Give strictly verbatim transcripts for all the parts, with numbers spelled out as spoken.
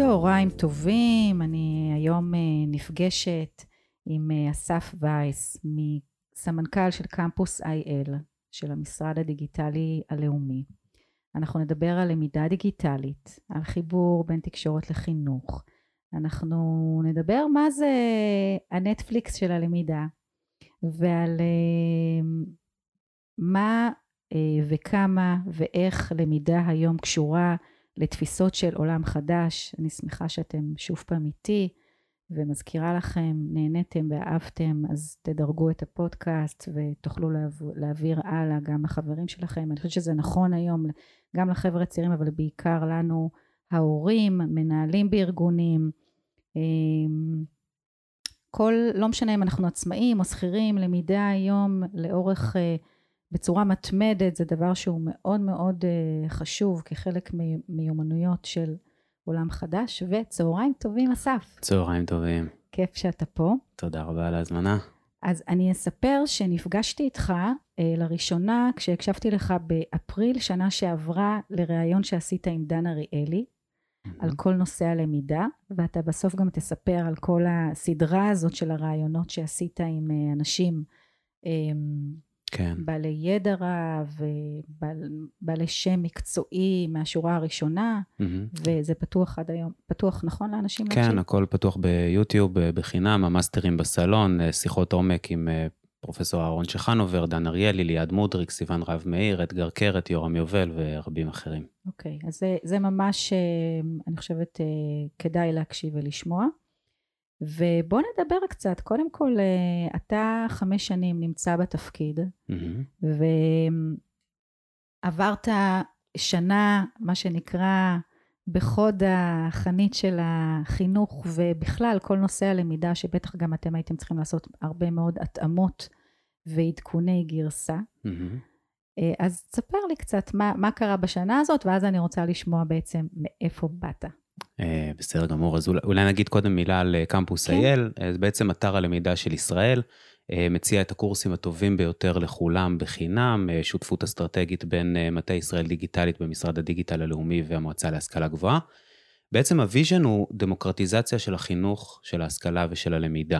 צהריים טובים, אני היום נפגשת עם אסף וייס, מסמנכ"ל של קמפוס איי אל, של המשרד הדיגיטלי הלאומי. אנחנו נדבר על למידה דיגיטלית, על חיבור בין תקשורת לחינוך. אנחנו נדבר מה זה הנטפליקס של הלמידה, ועל מה וכמה ואיך למידה היום קשורה לתפיסות של עולם חדש. אני שמחה שאתם שוב פעם איתי, ומזכירה לכם, נהניתם ואהבתם, אז תדרגו את הפודקאסט ותוכלו להעביר הלאה גם לחברים שלכם. אני חושבת שזה נכון היום גם לחבר'ה צעירים, אבל בעיקר לנו ההורים, מנהלים בארגונים, כל, לא משנה אם אנחנו עצמאים או שכירים, למידה היום לאורך בצורה מתמדת, זה דבר שהוא מאוד מאוד חשוב כחלק מיומנויות של עולם חדש. וצהריים טובים אסף. צהריים טובים. כיף שאתה פה. תודה רבה על ההזמנה. אז אני אספר שנפגשתי איתך אה, לראשונה כשהקשבתי לך באפריל שנה שעברה לראיון שעשית עם דן אריאלי, mm-hmm. על כל נושא הלמידה, ואתה בסוף גם תספר על כל הסדרה הזאת של הרעיונות שעשית עם אה, אנשים אה, כן. בעלי ידע רב, בעלי שם מקצועי מהשורה הראשונה, mm-hmm. וזה פתוח עד היום, פתוח נכון לאנשים? כן, להקשיב? הכל פתוח ביוטיוב בחינם, המאסטרים בסלון, שיחות עומק עם פרופסור אהרון שחנובר, דן אריאלי, ליעד מודריק, סיוון רב מאיר, אתגר קרת, יורם יובל ורבים אחרים. אוקיי, אז זה, זה ממש, אני חושבת, כדאי להקשיב ולשמוע. ובוא נדבר קצת, קודם כל, אתה חמש שנים נמצא בתפקיד, mm-hmm. ועברת שנה, מה שנקרא, בחוד החנית של החינוך, ובכלל כל נושא הלמידה, שבטח גם אתם הייתם צריכים לעשות הרבה מאוד התאמות ועדכוני גרסה. Mm-hmm. אז תספר לי קצת מה, מה קרה בשנה הזאת, ואז אני רוצה לשמוע בעצם מאיפה באת. בסדר גמור, אז אולי נגיד קודם מילה על קמפוס איי אל, זה בעצם אתר הלמידה של ישראל, מציע את הקורסים הטובים ביותר לכולם בחינם, שותפות אסטרטגית בין מטה ישראל דיגיטלית במשרד הדיגיטל הלאומי והמועצה להשכלה גבוהה. בעצם הוויז'ן הוא דמוקרטיזציה של החינוך, של ההשכלה ושל הלמידה.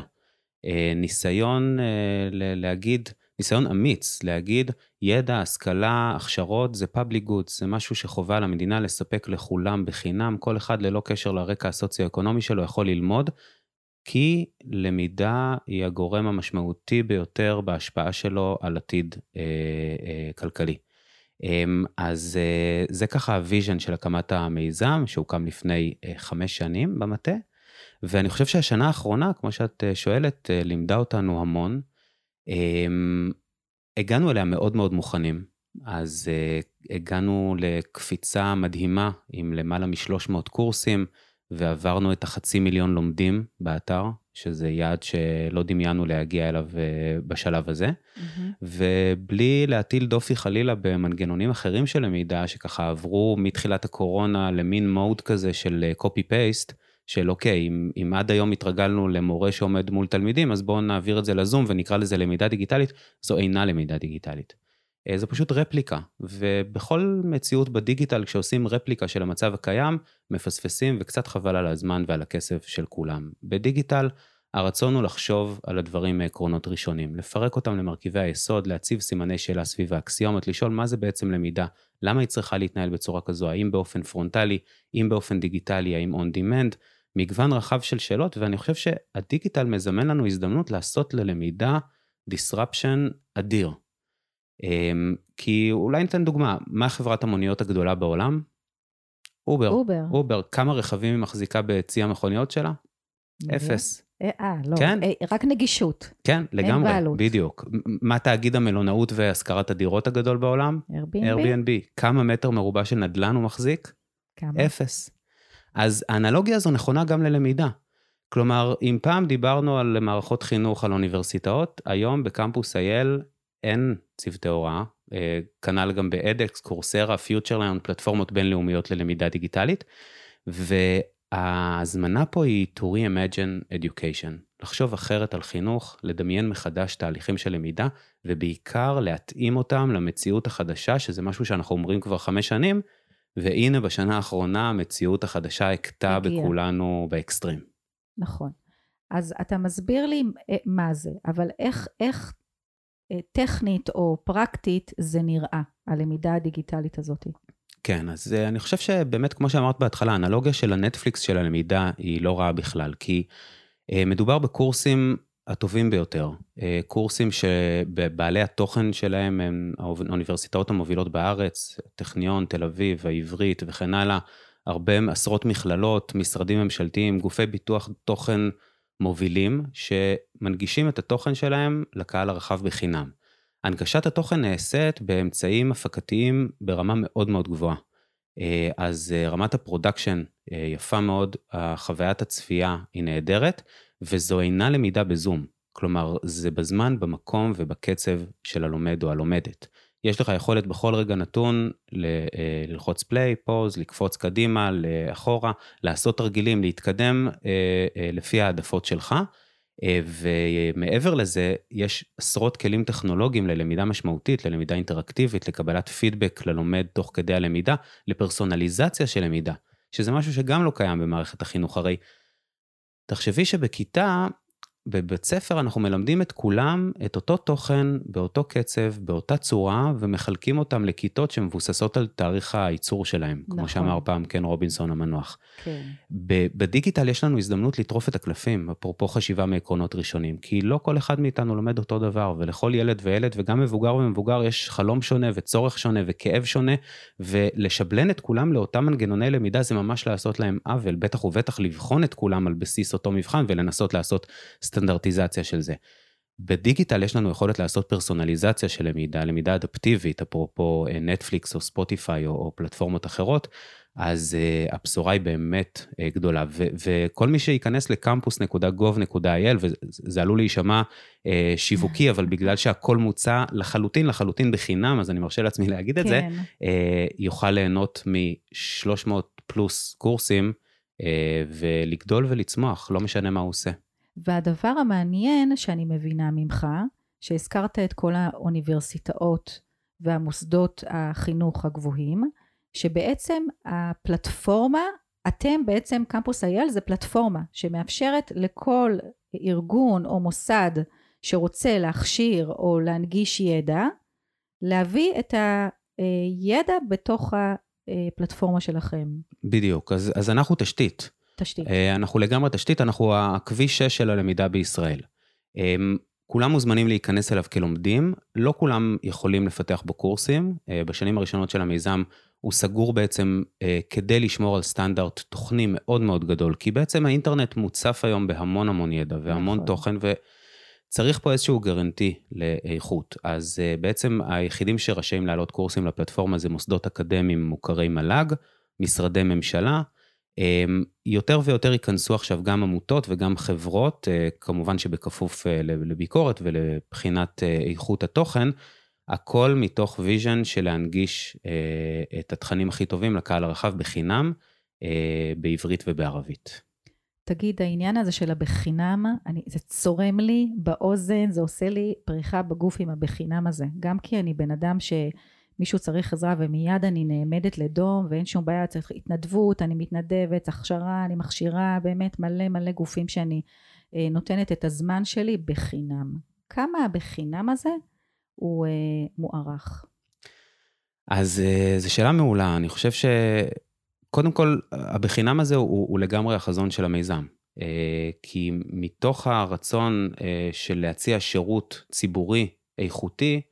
ניסיון להגיד, ניסיון אמיץ להגיד, ידע, השכלה, הכשרות, זה public goods, זה משהו שחובה למדינה לספק לכולם בחינם, כל אחד ללא קשר לרקע הסוציו-אקונומי שלו יכול ללמוד, כי למידה היא הגורם המשמעותי ביותר בהשפעה שלו על עתיד אה, אה, כלכלי. אה, אז אה, זה ככה הוויז'ן של הקמת המיזם, שהוקם לפני אה, חמש שנים במטה, ואני חושב שהשנה האחרונה, כמו שאת שואלת, אה, לימדה אותנו המון, Um, הגענו אליה מאוד מאוד מוכנים, אז uh, הגענו לקפיצה מדהימה עם למעלה משלוש מאות קורסים, ועברנו את החצי מיליון לומדים באתר, שזה יעד שלא דמיינו להגיע אליו uh, בשלב הזה, mm-hmm. ובלי להטיל דופי חלילה במנגנונים אחרים של למידה, שככה עברו מתחילת הקורונה למין מוד כזה של copy-paste, של אוקיי, אם, אם עד היום התרגלנו למורה שעומד מול תלמידים, אז בואו נעביר את זה לזום ונקרא לזה למידה דיגיטלית, זו אינה למידה דיגיטלית. זה פשוט רפליקה, ובכל מציאות בדיגיטל, כשעושים רפליקה של המצב הקיים, מפספסים וקצת חבל על הזמן ועל הכסף של כולם. בדיגיטל, הרצון הוא לחשוב על הדברים מעקרונות ראשונים, לפרק אותם למרכיבי היסוד, להציב סימני שאלה סביב האקסיומות, לשאול מה זה בעצם למידה, למה היא צריכה להתנהל בצורה כזו, האם באופן פרונטלי, אם באופן דיגיטלי, האם on demand, מגוון רחב של שאלות, ואני חושב שהדיגיטל מזמן לנו הזדמנות לעשות ללמידה disruption אדיר. כי אולי ניתן דוגמה, מה חברת המוניות הגדולה בעולם? אובר. אובר. אובר, כמה רכבים היא מחזיקה בצי המכוניות שלה? אפס. אה, לא, כן? רק נגישות. כן, לגמרי, בדיוק. מה תאגיד המלונאות והשכרת הדירות הגדול בעולם? Airbnb. כמה מטר מרובע של נדל"ן הוא מחזיק? כמה? אפס. אז האנלוגיה הזו נכונה גם ללמידה. כלומר, אם פעם דיברנו על מערכות חינוך על אוניברסיטאות, היום בקמפוס איי אל אין צוותי הוראה, כנ"ל גם באדקס, קורסרה, פיוטרליין, פלטפורמות בינלאומיות ללמידה דיגיטלית, וההזמנה פה היא to reimagine education, לחשוב אחרת על חינוך, לדמיין מחדש תהליכים של למידה, ובעיקר להתאים אותם למציאות החדשה, שזה משהו שאנחנו אומרים כבר חמש שנים, והנה בשנה האחרונה המציאות החדשה הכתה בכולנו באקסטרים. נכון. אז אתה מסביר לי מה זה, אבל איך, איך טכנית או פרקטית זה נראה, הלמידה הדיגיטלית הזאת? כן, אז אני חושב שבאמת, כמו שאמרת בהתחלה, האנלוגיה של הנטפליקס של הלמידה היא לא רעה בכלל, כי מדובר בקורסים הטובים ביותר, קורסים שבעלי התוכן שלהם הם האוניברסיטאות המובילות בארץ, טכניון, תל אביב, העברית וכן הלאה, הרבה עשרות מכללות, משרדים ממשלתיים, גופי ביטוח תוכן מובילים, שמנגישים את התוכן שלהם לקהל הרחב בחינם. הנגשת התוכן נעשית באמצעים הפקתיים ברמה מאוד מאוד גבוהה. אז רמת הפרודקשן יפה מאוד, חוויית הצפייה היא נהדרת, וזו אינה למידה בזום. כלומר, זה בזמן, במקום ובקצב של הלומד או הלומדת. יש לך יכולת בכל רגע נתון ללחוץ פליי, פוז, לקפוץ קדימה, לאחורה, לעשות תרגילים, להתקדם לפי העדפות שלך, ומעבר לזה, יש עשרות כלים טכנולוגיים ללמידה משמעותית, ללמידה אינטראקטיבית, לקבלת פידבק ללומד תוך כדי הלמידה, לפרסונליזציה של למידה, שזה משהו שגם לא קיים במערכת החינוך. הרי תחשבי שבכיתה, בבית ספר אנחנו מלמדים את כולם את אותו תוכן, באותו קצב, באותה צורה, ומחלקים אותם לכיתות שמבוססות על תאריך הייצור שלהם, נכון. כמו שאמר פעם קן רובינסון המנוח. כן. בדיגיטל יש לנו הזדמנות לטרוף את הקלפים, אפרופו חשיבה מעקרונות ראשונים, כי לא כל אחד מאיתנו לומד אותו דבר, ולכל ילד וילד, וגם מבוגר ומבוגר, יש חלום שונה, וצורך שונה, וכאב שונה, ולשבלן את כולם לאותם מנגנוני למידה, זה ממש לעשות להם עוול, בטח ובטח לבחון את כולם על בסיס אותו מבחן, ולנסות לעשות סטנדרטיזציה של זה. בדיגיטל יש לנו יכולת לעשות פרסונליזציה של למידה, למידה אדפטיבית, אפרופו נטפליקס או ספוטיפיי או, או פלטפורמות אחרות, אז uh, הבשורה היא באמת uh, גדולה, ו- וכל מי שייכנס לקמפוס נקודה גוב נקודה איי אל, וזה עלול להישמע uh, שיווקי, אבל בגלל שהכל מוצא לחלוטין, לחלוטין בחינם, אז אני מרשה לעצמי להגיד את זה, uh, יוכל ליהנות מ-שלוש מאות פלוס קורסים, uh, ולגדול ולצמוח, לא משנה מה הוא עושה. והדבר המעניין שאני מבינה ממך, שהזכרת את כל האוניברסיטאות והמוסדות החינוך הגבוהים, שבעצם הפלטפורמה, אתם בעצם קמפוס איי אל זה פלטפורמה שמאפשרת לכל ארגון או מוסד שרוצה להכשיר או להנגיש ידע, להביא את הידע בתוך הפלטפורמה שלכם. בדיוק, אז, אז אנחנו תשתית. תשתית. אנחנו לגמרי תשתית, אנחנו הכביש שש של הלמידה בישראל. כולם מוזמנים להיכנס אליו כלומדים, לא כולם יכולים לפתח בו קורסים, בשנים הראשונות של המיזם הוא סגור בעצם כדי לשמור על סטנדרט תוכני מאוד מאוד גדול, כי בעצם האינטרנט מוצף היום בהמון המון ידע והמון נכון. תוכן, וצריך פה איזשהו גרנטי לאיכות, אז בעצם היחידים שרשאים לעלות קורסים לפלטפורמה זה מוסדות אקדמיים מוכרי מל"ג, משרדי ממשלה, יותר ויותר ייכנסו עכשיו גם עמותות וגם חברות, כמובן שבכפוף לביקורת ולבחינת איכות התוכן, הכל מתוך ויז'ן של להנגיש את התכנים הכי טובים לקהל הרחב בחינם, בעברית ובערבית. תגיד, העניין הזה של הבחינם, אני, זה צורם לי באוזן, זה עושה לי פריחה בגוף עם הבחינם הזה, גם כי אני בן אדם ש... מישהו צריך עזרה ומיד אני נעמדת לדום ואין שום בעיה, צריך התנדבות, אני מתנדבת, הכשרה, אני מכשירה, באמת מלא מלא גופים שאני אה, נותנת את הזמן שלי בחינם. כמה הבחינם הזה הוא אה, מוערך? אז אה, זו שאלה מעולה, אני חושב שקודם כל הבחינם הזה הוא, הוא לגמרי החזון של המיזם, אה, כי מתוך הרצון אה, של להציע שירות ציבורי איכותי,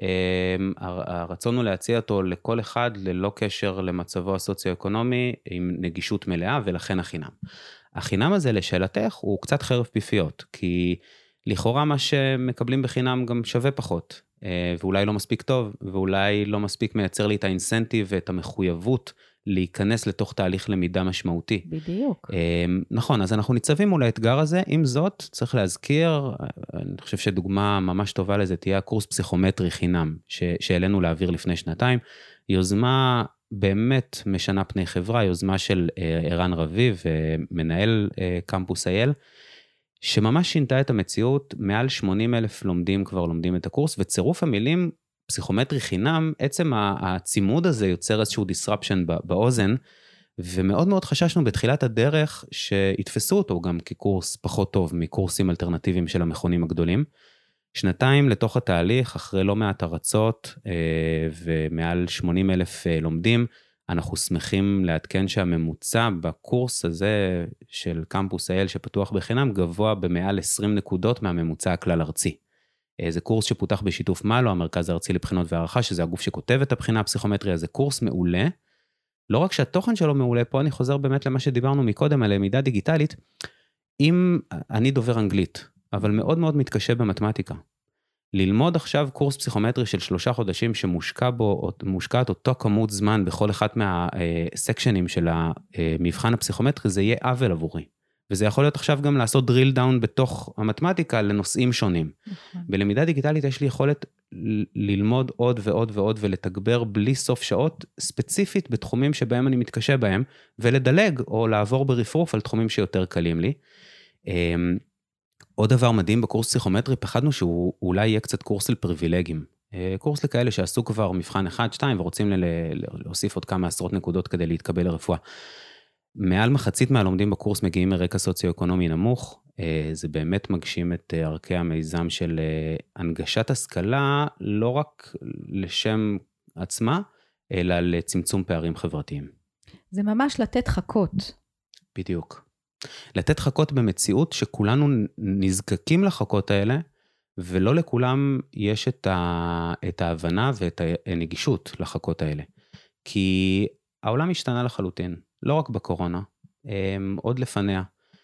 הרצון הוא להציע אותו לכל אחד ללא קשר למצבו הסוציו-אקונומי עם נגישות מלאה ולכן החינם. החינם הזה לשאלתך הוא קצת חרב פיפיות, כי לכאורה מה שמקבלים בחינם גם שווה פחות, ואולי לא מספיק טוב, ואולי לא מספיק מייצר לי את האינסנטיב ואת המחויבות להיכנס לתוך תהליך למידה משמעותי. בדיוק. נכון, אז אנחנו ניצבים מול האתגר הזה, עם זאת צריך להזכיר, אני חושב שדוגמה ממש טובה לזה תהיה הקורס פסיכומטרי חינם, שאלינו להעביר לפני שנתיים, יוזמה באמת משנה פני חברה, יוזמה של ערן רביב, מנהל קמפוס איי אל, שממש שינתה את המציאות, מעל שמונים אלף לומדים כבר לומדים את הקורס, וצירוף המילים פסיכומטרי חינם, עצם הצימוד הזה יוצר איזשהו disruption באוזן, ומאוד מאוד חששנו בתחילת הדרך שיתפסו אותו גם כקורס פחות טוב מקורסים אלטרנטיביים של המכונים הגדולים. שנתיים לתוך התהליך, אחרי לא מעט הרצות ומעל שמונים אלף לומדים, אנחנו שמחים לעדכן שהממוצע בקורס הזה של קמפוס אייל שפתוח בחינם, גבוה במעל עשרים נקודות מהממוצע הכלל ארצי. זה קורס שפותח בשיתוף מלו, המרכז הארצי לבחינות והערכה, שזה הגוף שכותב את הבחינה הפסיכומטריה, זה קורס מעולה. לא רק שהתוכן שלו מעולה, פה אני חוזר באמת למה שדיברנו מקודם, על למידה דיגיטלית. אם אני דובר אנגלית, אבל מאוד מאוד מתקשה במתמטיקה, ללמוד עכשיו קורס פסיכומטרי של שלושה חודשים שמושקע בו, מושקעת אותו כמות זמן בכל אחד מהסקשנים של המבחן הפסיכומטרי, זה יהיה עוול עבורי. וזה יכול להיות עכשיו גם לעשות drill down בתוך המתמטיקה לנושאים שונים. בלמידה דיגיטלית יש לי יכולת ללמוד עוד ועוד ועוד ולתגבר בלי סוף שעות ספציפית בתחומים שבהם אני מתקשה בהם, ולדלג או לעבור ברפרוף על תחומים שיותר קלים לי. עוד דבר מדהים בקורס פסיכומטרי, פחדנו שהוא אולי יהיה קצת קורס של פריבילגים. קורס לכאלה שעשו כבר מבחן אחד, שתיים, ורוצים להוסיף עוד כמה עשרות נקודות כדי להתקבל לרפואה. מעל מחצית מהלומדים בקורס מגיעים מרקע סוציו-אקונומי נמוך, זה באמת מגשים את ערכי המיזם של הנגשת השכלה, לא רק לשם עצמה, אלא לצמצום פערים חברתיים. זה ממש לתת חכות. בדיוק. לתת חכות במציאות שכולנו נזקקים לחכות האלה, ולא לכולם יש את, ה... את ההבנה ואת הנגישות לחכות האלה. כי העולם השתנה לחלוטין, לא רק בקורונה, עוד לפניה.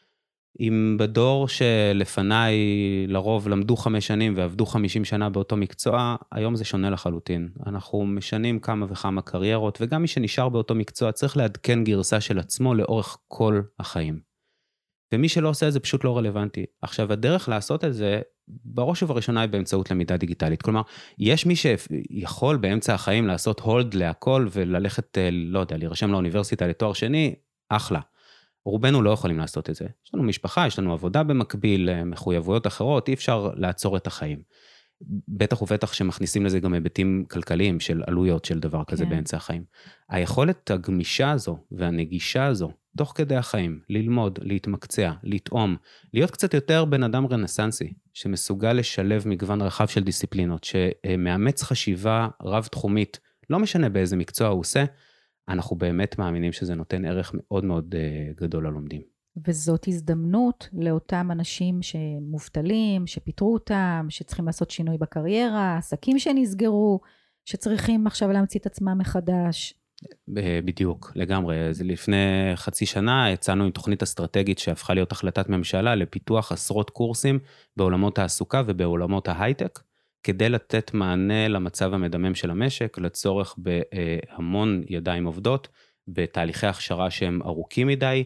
אם בדור שלפניי לרוב למדו חמש שנים ועבדו חמישים שנה באותו מקצוע, היום זה שונה לחלוטין. אנחנו משנים כמה וכמה קריירות, וגם מי שנשאר באותו מקצוע צריך לעדכן גרסה של עצמו לאורך כל החיים. ומי שלא עושה את זה פשוט לא רלוונטי. עכשיו, הדרך לעשות את זה, בראש ובראשונה היא באמצעות למידה דיגיטלית. כלומר, יש מי שיכול באמצע החיים לעשות הולד להכל, וללכת, לא יודע, להירשם לאוניברסיטה לתואר שני, אחלה. רובנו לא יכולים לעשות את זה. יש לנו משפחה, יש לנו עבודה במקביל, מחויבויות אחרות, אי אפשר לעצור את החיים. בטח ובטח שמכניסים לזה גם היבטים כלכליים של עלויות של דבר כזה כן. באמצע החיים. היכולת הגמישה הזו והנגישה הזו, תוך כדי החיים, ללמוד, להתמקצע, לטעום, להיות קצת יותר בן אדם רנסנסי, שמסוגל לשלב מגוון רחב של דיסציפלינות, שמאמץ חשיבה רב-תחומית, לא משנה באיזה מקצוע הוא עושה, אנחנו באמת מאמינים שזה נותן ערך מאוד מאוד גדול ללומדים. וזאת הזדמנות לאותם אנשים שמובטלים, שפיתרו אותם, שצריכים לעשות שינוי בקריירה, עסקים שנסגרו, שצריכים עכשיו להמציא את עצמם מחדש. בדיוק, לגמרי. לפני חצי שנה יצאנו עם תוכנית אסטרטגית שהפכה להיות החלטת ממשלה לפיתוח עשרות קורסים בעולמות העסוקה ובעולמות ההייטק, כדי לתת מענה למצב המדמם של המשק, לצורך בהמון ידיים עובדות, בתהליכי הכשרה שהם ארוכים מדי,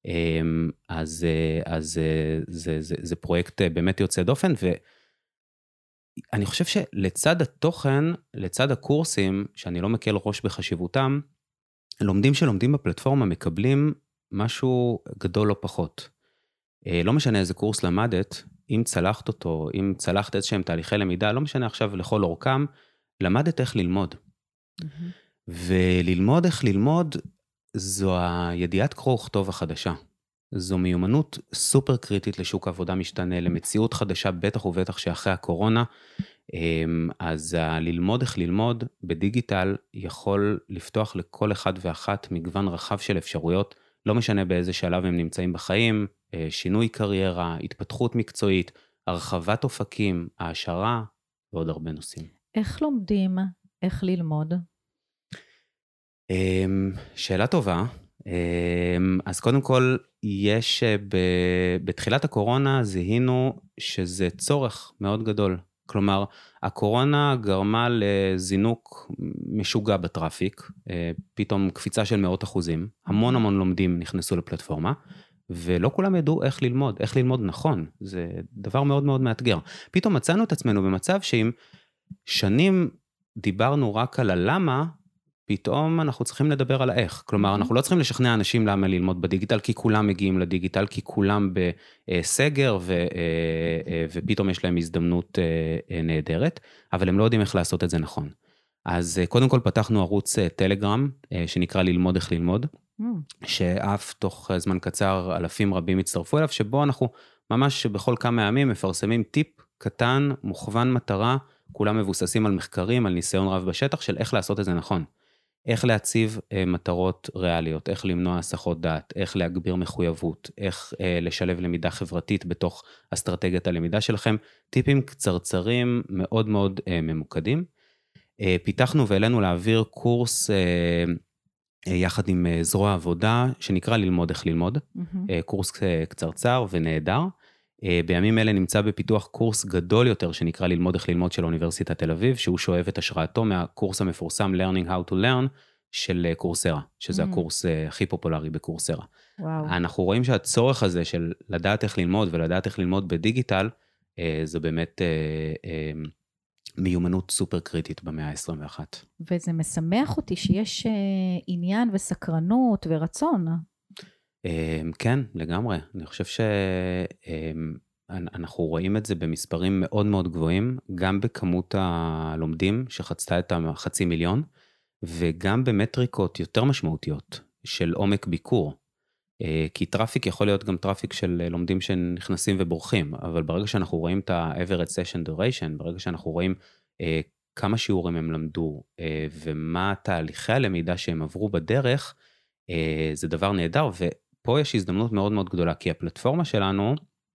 אז, אז זה, זה, זה פרויקט באמת יוצא דופן, ואני חושב שלצד התוכן, לצד הקורסים, שאני לא מקל ראש בחשיבותם, לומדים שלומדים בפלטפורמה מקבלים משהו גדול לא פחות. לא משנה איזה קורס למדת, אם צלחת אותו, אם צלחת איזשהם תהליכי למידה, לא משנה עכשיו לכל אורכם, למדת איך ללמוד. Mm-hmm. וללמוד איך ללמוד, זו הידיעת קרוא וכתוב החדשה. זו מיומנות סופר קריטית לשוק עבודה משתנה, למציאות חדשה, בטח ובטח שאחרי הקורונה, אז ללמוד איך ללמוד בדיגיטל יכול לפתוח לכל אחד ואחת מגוון רחב של אפשרויות, לא משנה באיזה שלב הם נמצאים בחיים, שינוי קריירה, התפתחות מקצועית, הרחבת אופקים, העשרה ועוד הרבה נושאים. איך לומדים? איך ללמוד? שאלה טובה. אז קודם כל, יש, בתחילת הקורונה זיהינו שזה צורך מאוד גדול. כלומר, הקורונה גרמה לזינוק משוגע בטראפיק, פתאום קפיצה של מאות אחוזים, המון המון לומדים נכנסו לפלטפורמה, ולא כולם ידעו איך ללמוד, איך ללמוד נכון, זה דבר מאוד מאוד מאתגר. פתאום מצאנו את עצמנו במצב שאם שנים דיברנו רק על הלמה, פתאום אנחנו צריכים לדבר על האיך. כלומר, אנחנו לא צריכים לשכנע אנשים למה ללמוד בדיגיטל, כי כולם מגיעים לדיגיטל, כי כולם בסגר, ו, ופתאום יש להם הזדמנות נהדרת, אבל הם לא יודעים איך לעשות את זה נכון. אז קודם כל פתחנו ערוץ טלגרם, שנקרא ללמוד איך ללמוד, mm. שאף תוך זמן קצר אלפים רבים הצטרפו אליו, שבו אנחנו ממש בכל כמה ימים מפרסמים טיפ קטן, מוכוון מטרה, כולם מבוססים על מחקרים, על ניסיון רב בשטח, של איך לעשות את זה נכון. איך להציב אה, מטרות ריאליות, איך למנוע הסחות דעת, איך להגביר מחויבות, איך אה, לשלב למידה חברתית בתוך אסטרטגיית הלמידה שלכם, טיפים קצרצרים מאוד מאוד אה, ממוקדים. אה, פיתחנו ואלינו להעביר קורס אה, אה, יחד עם אה, זרוע עבודה, שנקרא ללמוד איך ללמוד, mm-hmm. אה, קורס אה, קצרצר ונהדר. בימים אלה נמצא בפיתוח קורס גדול יותר, שנקרא ללמוד איך ללמוד של אוניברסיטת תל אביב, שהוא שואב את השראתו מהקורס המפורסם Learning How to Learn של קורסרה, שזה mm. הקורס הכי פופולרי בקורסרה. וואו. אנחנו רואים שהצורך הזה של לדעת איך ללמוד, ולדעת איך ללמוד בדיגיטל, זה באמת מיומנות סופר קריטית במאה ה-עשרים ואחת. וזה משמח אותי שיש עניין וסקרנות ורצון. כן, לגמרי. אני חושב שאנחנו רואים את זה במספרים מאוד מאוד גבוהים, גם בכמות הלומדים שחצתה את החצי מיליון, וגם במטריקות יותר משמעותיות של עומק ביקור. כי טראפיק יכול להיות גם טראפיק של לומדים שנכנסים ובורחים, אבל ברגע שאנחנו רואים את ה-average session duration, ברגע שאנחנו רואים כמה שיעורים הם למדו, ומה תהליכי הלמידה שהם עברו בדרך, זה דבר נהדר, ופה יש הזדמנות מאוד מאוד גדולה, כי הפלטפורמה שלנו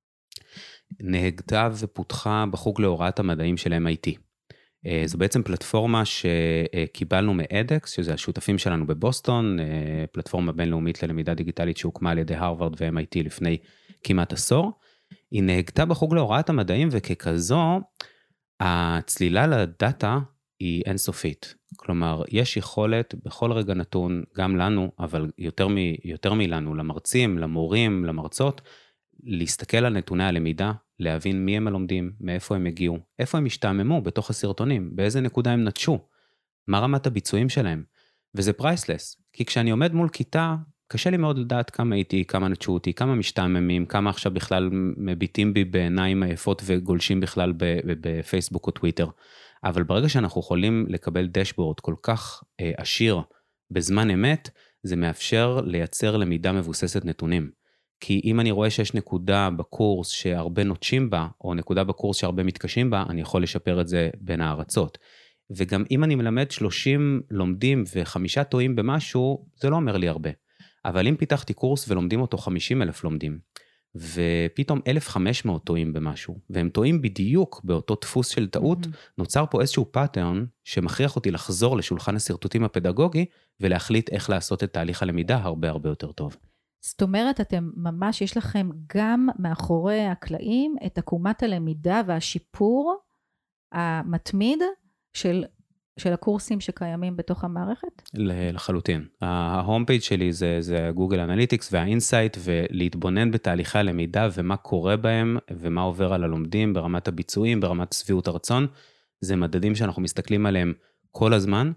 נהגתה ופותחה בחוג להוראת המדעים של אם איי טי. זו בעצם פלטפורמה שקיבלנו מאדקס, שזה השותפים שלנו בבוסטון, פלטפורמה בינלאומית ללמידה דיגיטלית שהוקמה על ידי הרווארד ו-אם איי טי לפני כמעט עשור. היא נהגתה בחוג להוראת המדעים, וככזו, הצלילה לדאטה היא אינסופית. כלומר, יש יכולת בכל רגע נתון, גם לנו, אבל יותר, מ, יותר מלנו, למרצים, למורים, למרצות, להסתכל על נתוני הלמידה, להבין מי הם הלומדים, מאיפה הם הגיעו, איפה הם השתעממו בתוך הסרטונים, באיזה נקודה הם נטשו, מה רמת הביצועים שלהם, וזה פרייסלס, כי כשאני עומד מול כיתה, קשה לי מאוד לדעת כמה הייתי, כמה נטשו אותי, כמה משתעממים, כמה עכשיו בכלל מביטים בי בעיניים עייפות וגולשים בכלל בפייסבוק או טוויטר, אבל ברגע שאנחנו יכולים לקבל דשבורד כל כך אה, עשיר בזמן אמת, זה מאפשר לייצר למידה מבוססת נתונים. כי אם אני רואה שיש נקודה בקורס שהרבה נוטשים בה, או נקודה בקורס שהרבה מתקשים בה, אני יכול לשפר את זה בין הארצות. וגם אם אני מלמד שלושים לומדים וחמישה טועים במשהו, זה לא אומר לי הרבה. אבל אם פיתחתי קורס ולומדים אותו חמישים אלף לומדים, ופתאום אלף וחמש מאות טועים במשהו, והם טועים בדיוק באותו דפוס של טעות, mm-hmm. נוצר פה איזשהו פאטרן שמכריח אותי לחזור לשולחן הסרטוטים הפדגוגי, ולהחליט איך לעשות את תהליך הלמידה הרבה הרבה יותר טוב. זאת אומרת, אתם ממש, יש לכם גם מאחורי הקלעים את עקומת הלמידה והשיפור המתמיד של, של הקורסים שקיימים בתוך המערכת? לחלוטין. ההום פייג' שלי זה, זה גוגל אנליטיקס והאינסייט, ולהתבונן בתהליכי הלמידה ומה קורה בהם, ומה עובר על הלומדים ברמת הביצועים, ברמת סביעות הרצון. זה מדדים שאנחנו מסתכלים עליהם כל הזמן.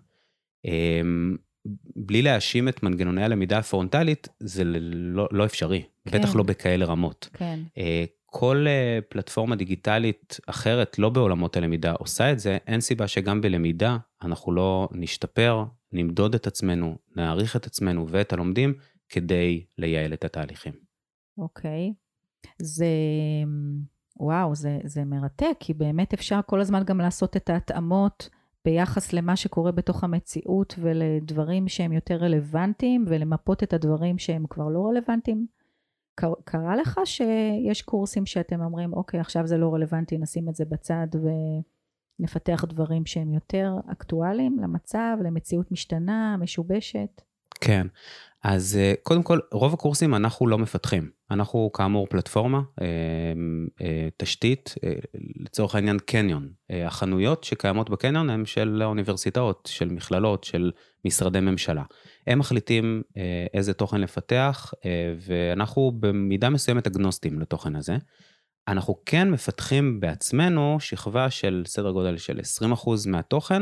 בלי להאשים את מנגנוני הלמידה הפרונטלית, זה לא, לא אפשרי, כן. בטח לא בכאלה רמות. כן. כל פלטפורמה דיגיטלית אחרת, לא בעולמות הלמידה, עושה את זה, אין סיבה שגם בלמידה אנחנו לא נשתפר, נמדוד את עצמנו, נעריך את עצמנו ואת הלומדים, כדי לייעל את התהליכים. אוקיי. זה, וואו, זה, זה מרתק, כי באמת אפשר כל הזמן גם לעשות את ההתאמות, ביחס למה שקורה בתוך המציאות, ולדברים שהם יותר רלוונטיים, ולמפות את הדברים שהם כבר לא רלוונטיים. קרה לך שיש קורסים שאתם אומרים, אוקיי, עכשיו זה לא רלוונטי, נשים את זה בצד, ונפתח דברים שהם יותר אקטואליים למצב, למציאות משתנה, משובשת? כן. אז קודם כל, רוב הקורסים אנחנו לא מפתחים. אנחנו כאמור פלטפורמה, תשתית, לצורך העניין קניון. החנויות שקיימות בקניון הן של האוניברסיטאות, של מכללות, של משרדי ממשלה. הם מחליטים איזה תוכן לפתח, ואנחנו במידה מסוימת אגנוסטים לתוכן הזה. אנחנו כן מפתחים בעצמנו שכבה של סדר גודל של עשרים אחוז מהתוכן,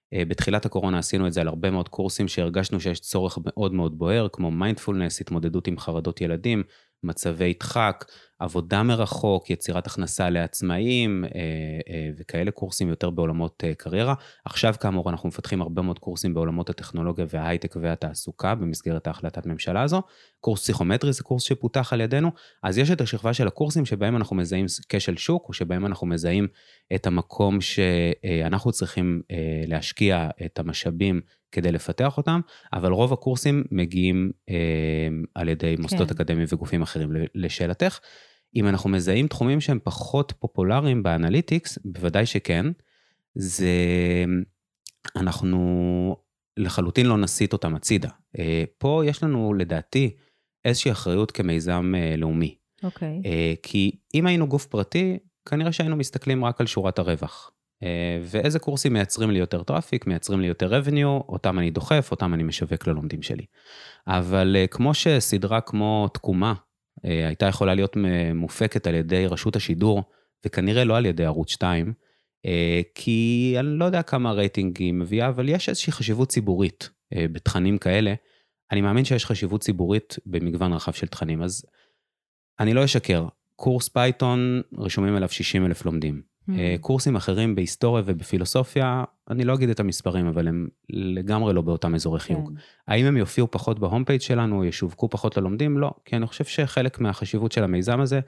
בתחילת הקורונה עשינו את זה על הרבה מאוד קורסים שהרגשנו שיש צורך מאוד מאוד בוער, כמו מיינדפולנס, התמודדות עם חרדות ילדים, מצבי דחק, עבודה מרחוק, יצירת הכנסה לעצמאים, וכאלה קורסים יותר בעולמות קריירה. עכשיו כאמור אנחנו מפתחים הרבה מאוד קורסים בעולמות הטכנולוגיה וההייטק והתעסוקה, במסגרת ההחלטת ממשלה הזו. קורס פסיכומטרי זה קורס שפותח על ידינו, אז יש את השכבה של הקורסים שבהם אנחנו מזהים כשל שוק, או שבהם אנחנו מזהים את המקום שאנחנו צריכים להשקיע את המשאבים כדי לפתח אותם, אבל רוב הקורסים מגיעים אה, על ידי מוסדות כן. אקדמיים וגופים אחרים. לשאלתך, אם אנחנו מזהים תחומים שהם פחות פופולריים באנליטיקס, בוודאי שכן, זה אנחנו לחלוטין לא נסיט אותם הצידה. אה, פה יש לנו לדעתי איזושהי אחריות כמיזם אה, לאומי. אוקיי. אה, כי אם היינו גוף פרטי, כנראה שהיינו מסתכלים רק על שורת הרווח. ואיזה קורסים מייצרים לי יותר טראפיק, מייצרים לי יותר revenue, אותם אני דוחף, אותם אני משווק ללומדים שלי. אבל כמו שסדרה כמו תקומה, הייתה יכולה להיות מופקת על ידי רשות השידור, וכנראה לא על ידי ערוץ שתיים, כי אני לא יודע כמה רייטינג היא מביאה, אבל יש איזושהי חשיבות ציבורית בתכנים כאלה, אני מאמין שיש חשיבות ציבורית במגוון רחב של תכנים, אז אני לא אשקר, קורס פייתון רשומים אליו שישים אלף לומדים, קורסים אחרים בהיסטוריה ובפילוסופיה, אני לא אגיד את המספרים, אבל הם לגמרי לא באותם אזורי חיוג. האם הם יופיעו פחות בהום פייג' שלנו, או ישווקו פחות ללומדים? לא, כי אני חושב שחלק מהחשיבות של המיזם הזה,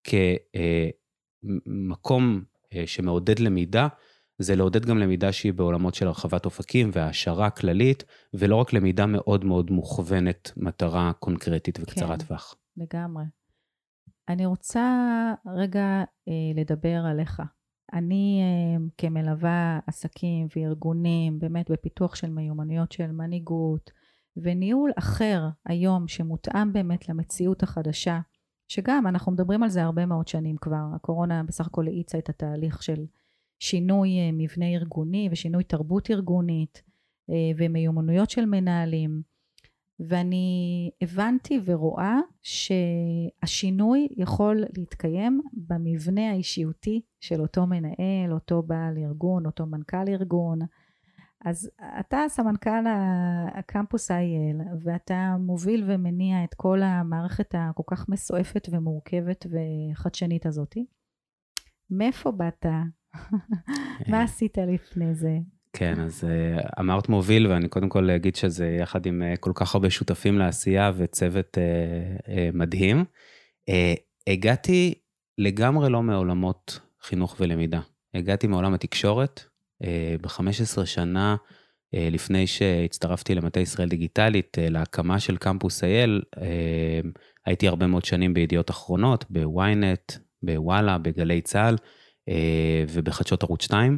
כמקום שמעודד למידה, זה לעודד גם למידה שהיא בעולמות של הרחבת אופקים, והעשרה כללית, ולא רק למידה מאוד מאוד מוכוונת, מטרה קונקרטית וקצרת טווח. לגמרי. אני רוצה רגע לדבר עליך. אני כמלווה עסקים וארגונים, באמת בפיתוח של מיומנויות של מנהיגות, וניהול אחר היום שמותאם באמת למציאות החדשה, שגם אנחנו מדברים על זה הרבה מאוד שנים כבר, הקורונה בסך הכל האיצה את התהליך של שינוי מבנה ארגוני ושינוי תרבות ארגונית, ומיומנויות של מנהלים, ואני הבנתי ורואה שהשינוי יכול להתקיים במבנה האישיותי של אותו מנהל, אותו בעל ארגון, אותו מנכ"ל ארגון. אז אתה סמנכ"ל הקמפוס אי אל, ואתה מוביל ומניע את כל המערכת הכל כך מסועפת ומורכבת וחדשנית הזאת. מאיפה באת? מה עשית לפני זה? כן, אז אמרת מוביל, ואני קודם כל אגיד שזה יחד עם כל כך הרבה שותפים לעשייה ו-צוות מדהים. הגעתי לגמרי לא מעולמות חינוך ולמידה. הגעתי מעולם התקשורת, ב-חמש עשרה שנה לפני שהצטרפתי למטה ישראל דיגיטלית, להקמה של קמפוס אי אל, הייתי הרבה מאוד שנים בידיעות אחרונות, בוויינט, בוואלה, בגלי צהל, ובחדשות ערוץ שתיים.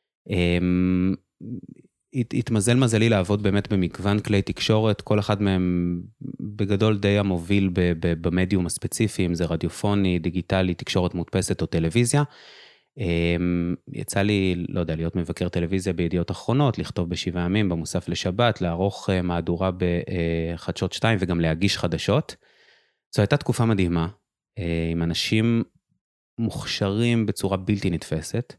התמזל מזלי לעבוד באמת במגוון כלי תקשורת, כל אחד מהם בגדול די המוביל במדיום הספציפי, אם זה רדיופוני, דיגיטלי, תקשורת מודפסת או טלוויזיה. יצא לי, לא יודע, להיות מבקר טלוויזיה בידיעות אחרונות, לכתוב בשבעה ימים במוסף לשבת, לערוך מהדורה בחדשות שתיים וגם להגיש חדשות. זו הייתה תקופה מדהימה, עם אנשים מוכשרים בצורה בלתי נתפסת,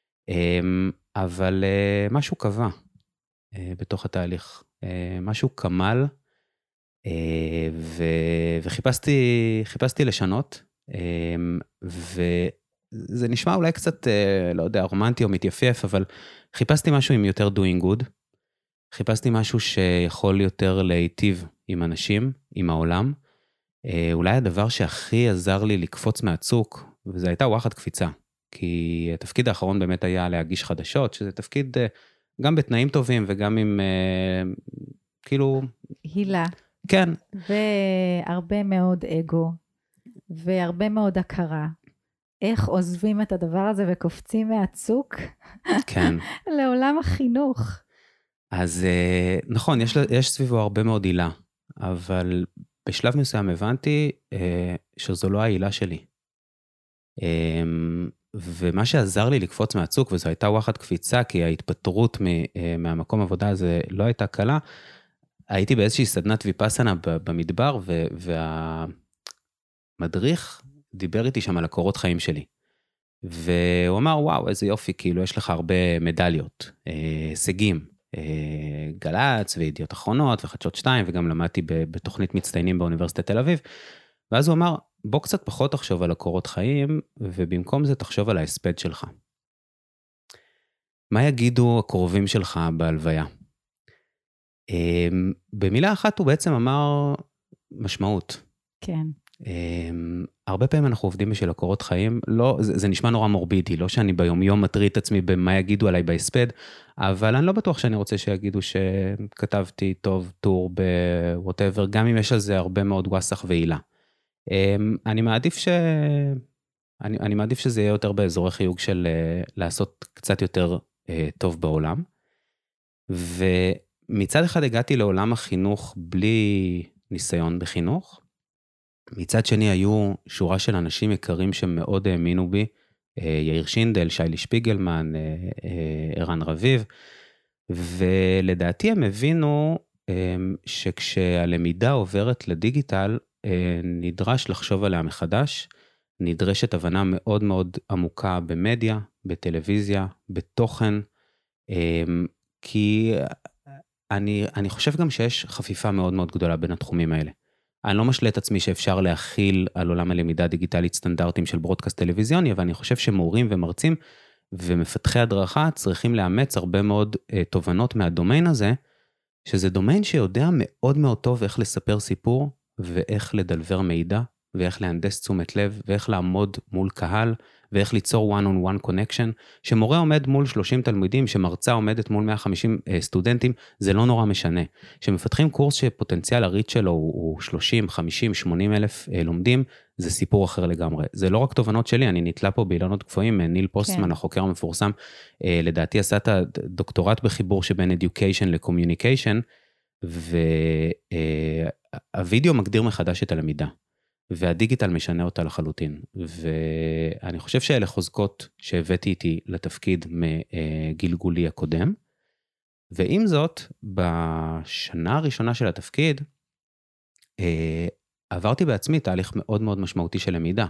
אבל משהו קבע בתוך התהליך, משהו קמל, וחיפשתי, חיפשתי לשנות, וזה נשמע אולי קצת, לא יודע, רומנטי או מתייפייף, אבל חיפשתי משהו עם יותר doing good, חיפשתי משהו שיכול יותר להיטיב עם אנשים, עם העולם, אולי הדבר שהכי עזר לי לקפוץ מהצוק, וזה הייתה וואחד קפיצה, כי התפקיד האחרון באמת היה להגיש חדשות, שזה תפקיד גם בתנאים טובים וגם עם, כאילו... הילה. כן. והרבה מאוד אגו, והרבה מאוד הכרה. איך עוזבים את הדבר הזה וקופצים מהצוק? כן. לעולם החינוך. אז נכון, יש, יש סביבו הרבה מאוד הילה, אבל בשלב מסוים הבנתי שזו לא ההילה שלי. ומה שעזר לי לקפוץ מהצוק, וזו הייתה וואחד קפיצה, כי ההתפטרות מהמקום עבודה הזה לא הייתה קלה, הייתי באיזושהי סדנת ויפאסנה במדבר, והמדריך דיבר איתי שם על הקורות חיים שלי. והוא אמר, וואו, איזה יופי, כאילו יש לך הרבה מדליות, הישגים, גל"צ וידיעות אחרונות וחדשות שתיים, וגם למדתי בתוכנית מצטיינים באוניברסיטת תל אביב, ואז הוא אמר, בוא קצת פחות תחשוב על הקורות חיים, ובמקום זה תחשוב על ההספד שלך. מה יגידו הקרובים שלך בהלוויה? במילה אחת הוא בעצם אמר משמעות. כן. הרבה פעמים אנחנו עובדים בשביל הקורות חיים, לא, זה, זה נשמע נורא מורבידי, לא שאני ביומיום מטריד את עצמי במה יגידו עליי בהספד, אבל אני לא בטוח שאני רוצה שיגידו שכתבתי טוב טור ב-whatever, גם אם יש על זה הרבה מאוד ווסח ועילה. אני מעדיף ש... אני, אני מעדיף שזה יהיה יותר באזורי חיוג של לעשות קצת יותר טוב בעולם, ומצד אחד הגעתי לעולם החינוך בלי ניסיון בחינוך, מצד שני היו שורה של אנשים יקרים שמאוד האמינו בי, יאיר שינדל, שיילי שפיגלמן, ערן רביב, ולדעתי הם הבינו שכשהלמידה עוברת לדיגיטל, נדרש לחשוב עליה מחדש, נדרשת הבנה מאוד מאוד עמוקה במדיה, בטלוויזיה, בתוכן, כי אני, אני חושב גם שיש חפיפה מאוד מאוד גדולה בין התחומים האלה. אני לא משלה את עצמי שאפשר להכיל על עולם הלמידה דיגיטלית סטנדרטים של ברודקאסט טלוויזיוני, אבל אני חושב שמורים ומרצים ומפתחי הדרכה צריכים לאמץ הרבה מאוד uh, תובנות מהדומיין הזה, שזה דומיין שיודע מאוד מאוד טוב איך לספר סיפור, ואיך לדלבר מידע, ואיך להנדס תשומת לב, ואיך לעמוד מול קהל, ואיך ליצור one on one connection, שמורה עומד מול שלושים תלמידים, שמרצה עומדת מול מאה וחמישים uh, סטודנטים, זה לא נורא משנה. שמפתחים קורס שפוטנציאל הריץ שלו הוא, הוא שלושים, חמישים, שמונים אלף uh, לומדים, זה סיפור אחר לגמרי. זה לא רק תובנות שלי, אני נתלה פה באילנות גבוהים, ניל פוסטמן, כן. החוקר המפורסם, uh, לדעתי עשה את הדוקטורט בחיבור שבין education ל-communication, והווידאו מגדיר מחדש את הלמידה. והדיגיטל משנה אותה לחלוטין, ואני חושב שאלה חוזקות שהבאתי איתי לתפקיד מגלגולי הקודם, ועם זאת, בשנה הראשונה של התפקיד, עברתי בעצמי תהליך מאוד מאוד משמעותי של למידה.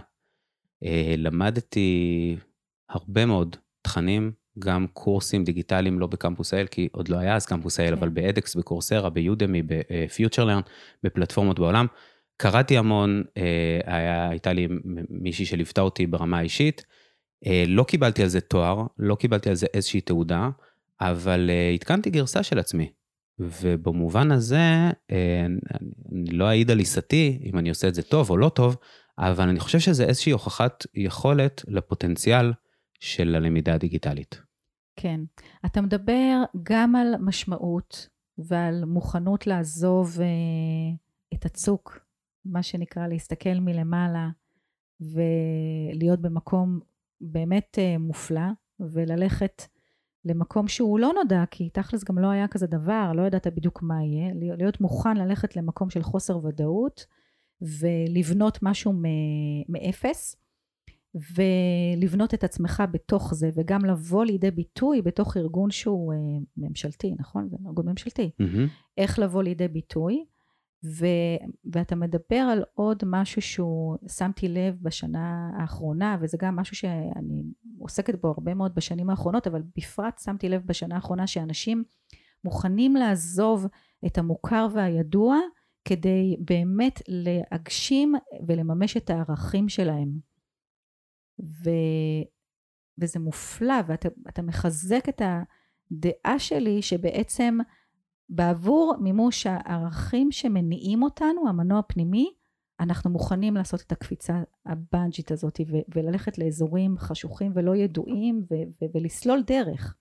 למדתי הרבה מאוד תכנים, גם קורסים דיגיטליים, לא בקמפוס אל, כי עוד לא היה אז קמפוס אל, אבל באדקס, בקורסרה, ביודמי, בפיוטרלרן, בפלטפורמות בעולם, קראתי המון, היה, הייתה לי מישהי שליוותה אותי ברמה האישית, לא קיבלתי על זה תואר, לא קיבלתי על זה איזושהי תעודה, אבל התקנתי גרסה של עצמי, ובמובן הזה, אני לא אעיד על עיסתי, אם אני עושה את זה טוב או לא טוב, אבל אני חושב שזה איזושהי הוכחת יכולת לפוטנציאל של הלמידה הדיגיטלית. כן, אתה מדבר גם על משמעות, ועל מוכנות לעזוב את הצוק, מה שנקרא להסתכל מלמעלה, ולהיות במקום באמת מופלא, וללכת למקום שהוא לא נודע, כי תכלס גם לא היה כזה דבר, לא ידעת בדיוק מה יהיה, להיות מוכן ללכת למקום של חוסר ודאות, ולבנות משהו מאפס, ולבנות את עצמך בתוך זה, וגם לבוא לידי ביטוי בתוך ארגון שהוא ממשלתי, נכון? זה ארגון ממשלתי. Mm-hmm. איך לבוא לידי ביטוי, ו, ואתה מדבר על עוד משהו שהוא שמתי לב בשנה האחרונה, וזה גם משהו שאני עוסקת בו הרבה מאוד בשנים האחרונות, אבל בפרט שמתי לב בשנה האחרונה שאנשים מוכנים לעזוב את המוכר והידוע, כדי באמת להגשים ולממש את הערכים שלהם. ו, וזה מופלא, ואתה אתה מחזק את הדעה שלי שבעצם בעבור מימוש הערכים שמניעים אותנו, המנוע הפנימי, אנחנו מוכנים לעשות את הקפיצה הבנג'ית הזאת, ו- וללכת לאזורים חשוכים ולא ידועים, ו- ו- ולסלול דרך.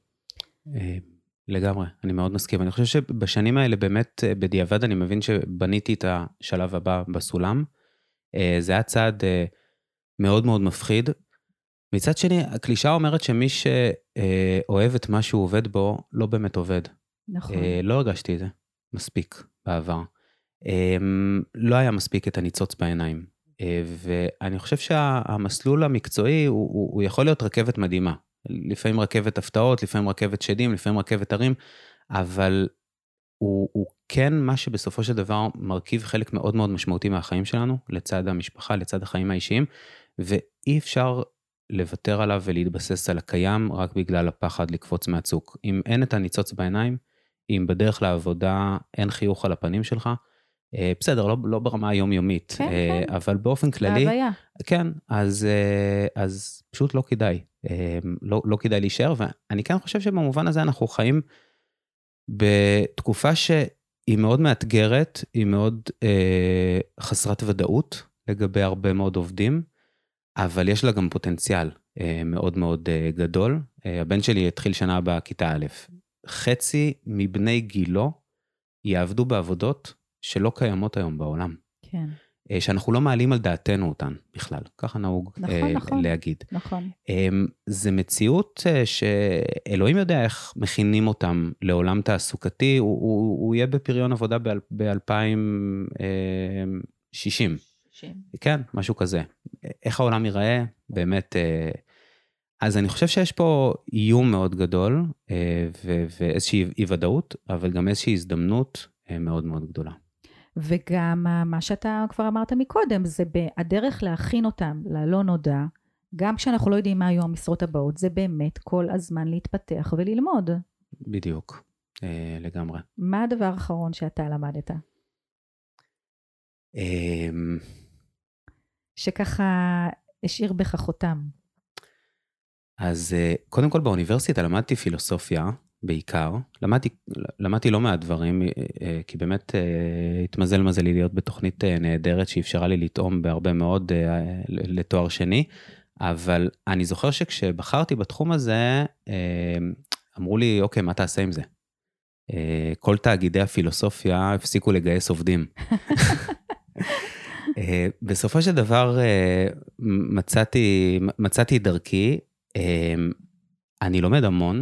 לגמרי, אני מאוד מסכים. אני חושב שבשנים האלה באמת בדיעבד אני מבין שבניתי את השלב הבא בסולם. זה היה צעד מאוד מאוד מפחיד. מצד שני, הקלישה אומרת שמי שאוהב את מה שהוא עובד בו, לא באמת עובד. נכון. לא הרגשתי את זה מספיק בעבר. לא היה מספיק את הניצוץ בעיניים. ואני חושב שהמסלול המקצועי הוא, הוא, הוא יכול להיות רכבת מדהימה. לפעמים רכבת הפתעות, לפעמים רכבת שדים, לפעמים רכבת הרים, אבל הוא, הוא כן מה שבסופו של דבר מרכיב חלק מאוד מאוד משמעותי מהחיים שלנו, לצד המשפחה, לצד החיים האישיים, ואי אפשר לוותר עליו ולהתבסס על הקיים רק בגלל הפחד לקפוץ מהצוק. אם אין את הניצוץ בעיניים, אם בדרך לעבודה אין חיוך על הפנים שלך, בסדר, לא, לא ברמה היומיומית, כן, כן. אבל באופן כללי, בהוויה. כן, אז, אז פשוט לא כדאי, לא, לא כדאי להישאר, ואני כן חושב שבמובן הזה אנחנו חיים בתקופה שהיא מאוד מאתגרת, היא מאוד אה, חסרת ודאות לגבי הרבה מאוד עובדים, אבל יש לה גם פוטנציאל אה, מאוד מאוד אה, גדול. אה, הבן שלי התחיל שנה הבאה כיתה א', חצי מבני גילו יעבדו בעבודות שלא קיימות היום בעולם. כן. אה, שאנחנו לא מעלים על דעתנו אותן בכלל, ככה נהוג נכון, אה, נכון, להגיד. נכון. אה, זה מציאות אה, שאלוהים יודע איך מכינים אותם לעולם תעסוקתי, הוא, הוא, הוא יהיה בפריון עבודה ב-אלפיים ושישים. כן, משהו כזה. איך העולם ייראה? באמת, אז אני חושב שיש פה איום מאוד גדול, ואיזושהי אי ודאות, אבל גם איזושהי הזדמנות מאוד מאוד גדולה. וגם מה שאתה כבר אמרת מקודם, זה הדרך להכין אותם ללא נודע, גם כשאנחנו לא יודעים מה היו המשרות הבאות, זה באמת כל הזמן להתפתח וללמוד. בדיוק, לגמרי. מה הדבר האחרון שאתה למדת? שככה השאיר בך חותם. אז קודם כל באוניברסיטה למדתי פילוסופיה בעיקר, למדתי, למדתי לא מעט דברים, כי באמת התמזל מזלי להיות בתוכנית נהדרת שאפשרה לי לטעום בהרבה מאוד לתואר שני, אבל אני זוכר שכשבחרתי בתחום הזה, אמרו לי, אוקיי, מה תעשה עם זה? כל תאגידי הפילוסופיה הפסיקו לגייס עובדים. בסופו של דבר מצאתי, מצאתי דרכי, אני לומד המון,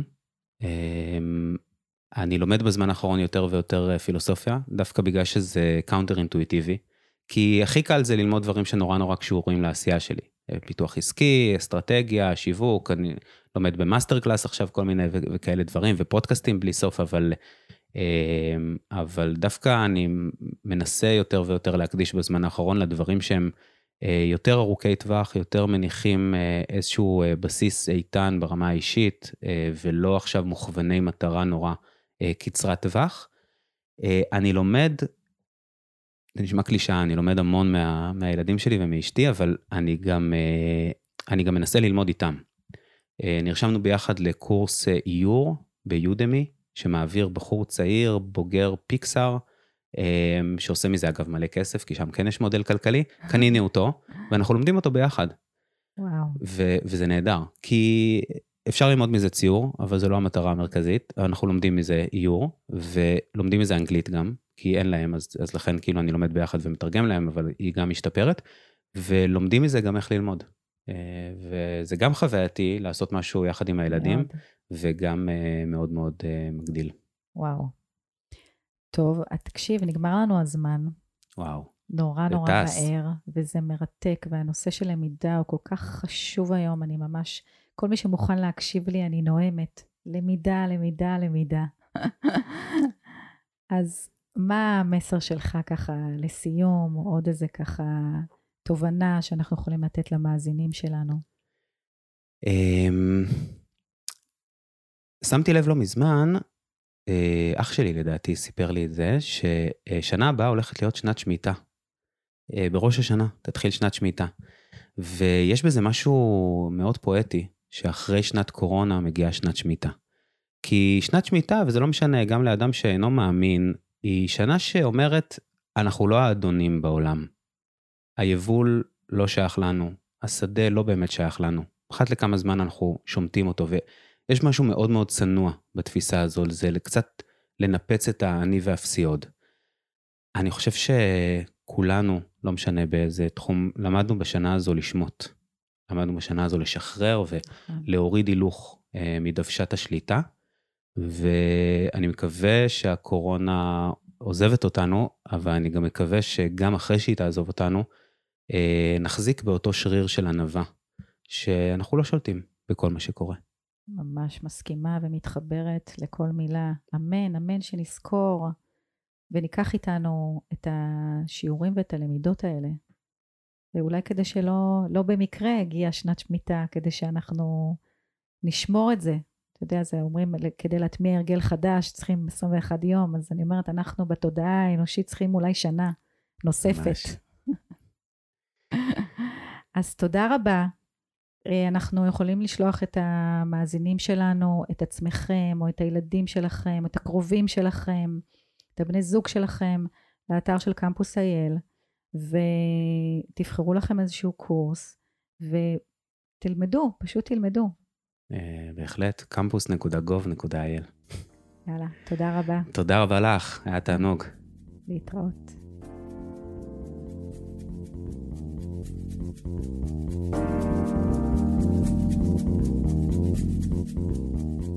אני לומד בזמן האחרון יותר ויותר פילוסופיה, דווקא בגלל שזה קאונטר אינטואיטיבי, כי הכי קל זה ללמוד דברים שנורא נורא קשורים לעשייה שלי, פיתוח עסקי, אסטרטגיה, שיווק, אני לומד במאסטר קלאס עכשיו כל מיני וכאלה דברים, ופודקאסטים בלי סוף, אבל, אבל דווקא אני מנסה יותר ויותר להקדיש בזמן האחרון לדברים שהם יותר ארוכי טווח, יותר מניחים איזשהו בסיס איתן ברמה האישית, ולא עכשיו מוכווני מטרה נורא קצרת טווח. אני לומד, זה נשמע קלישה, אני לומד המון מה, מהילדים שלי ומאשתי, אבל אני גם, אני גם מנסה ללמוד איתם. נרשמנו ביחד לקורס איור ביודמי, שמעביר בחור צעיר, בוגר פיקסאר, שעושה מזה אגב מלא כסף, כי שם כן יש מודל כלכלי, קנינו אותו, ואנחנו לומדים אותו ביחד. וואו. ו- וזה נהדר, כי אפשר ללמוד מזה ציור, אבל זו לא המטרה המרכזית, אנחנו לומדים מזה איור, ולומדים מזה אנגלית גם, כי אין להם, אז, אז לכן כאילו אני לומד ביחד ומתרגם להם, אבל היא גם משתפרת, ולומדים מזה גם איך ללמוד. וזה גם חווייתי לעשות משהו יחד עם הילדים, מאוד. וגם מאוד מאוד מגדיל. וואו. טוב, תקשיב, נגמר לנו הזמן. וואו. נורא נורא מהר, וזה מרתק, והנושא של למידה הוא כל כך חשוב היום, אני ממש, כל מי שמוכן להקשיב לי, אני נואמת. למידה, למידה, למידה. אז מה המסר שלך ככה לסיום, או עוד איזה ככה תובנה שאנחנו יכולים לתת למאזינים שלנו? שמתי לב לא מזמן, אח שלי לדעתי סיפר לי את זה, ששנה הבאה הולכת להיות שנת שמיטה. בראש השנה תתחיל שנת שמיטה. ויש בזה משהו מאוד פואטי, שאחרי שנת קורונה מגיעה שנת שמיטה. כי שנת שמיטה, וזה לא משנה, גם לאדם שאינו מאמין, היא שנה שאומרת, אנחנו לא האדונים בעולם. היבול לא שייך לנו, השדה לא באמת שייך לנו. אחת לכמה זמן אנחנו שומטים אותו, ויש משהו מאוד מאוד צנוע בתפיסה הזו, זה קצת לנפץ את האני והפסיוד. אני חושב שכולנו, לא משנה באיזה תחום, למדנו בשנה הזו לשמוט. למדנו בשנה הזו לשחרר ולהוריד הילוך מדוושת השליטה, ואני מקווה שהקורונה עוזבת אותנו, אבל אני גם מקווה שגם אחרי שהיא תעזוב אותנו, נחזיק באותו שריר של ענווה, שאנחנו לא שולטים בכל מה שקורה. ממש מסכימה ומתחברת לכל מילה. אמן, אמן שנזכור, וניקח איתנו את השיעורים ואת הלמידות האלה, ואולי כדי שלא, לא במקרה הגיעה שנת שמיטה, כדי שאנחנו נשמור את זה. אתה יודע, זה אומרים, כדי להטמיע הרגל חדש, צריכים עשרים ואחד יום, אז אני אומרת, אנחנו בתודעה האנושית צריכים אולי שנה נוספת. אז תודה רבה. אנחנו יכולים לשלוח את המאזינים שלנו, את עצמכם, או את הילדים שלכם, את הקרובים שלכם, את הבני זוג שלכם, לאתר של קמפוס אייל, ותבחרו לכם איזשהו קורס, ותלמדו, פשוט תלמדו. בהחלט, קמפוס נקודה גוב נקודה איי אל. יאללה, תודה רבה. תודה רבה לך, היה תענוג. להתראות. Thank you.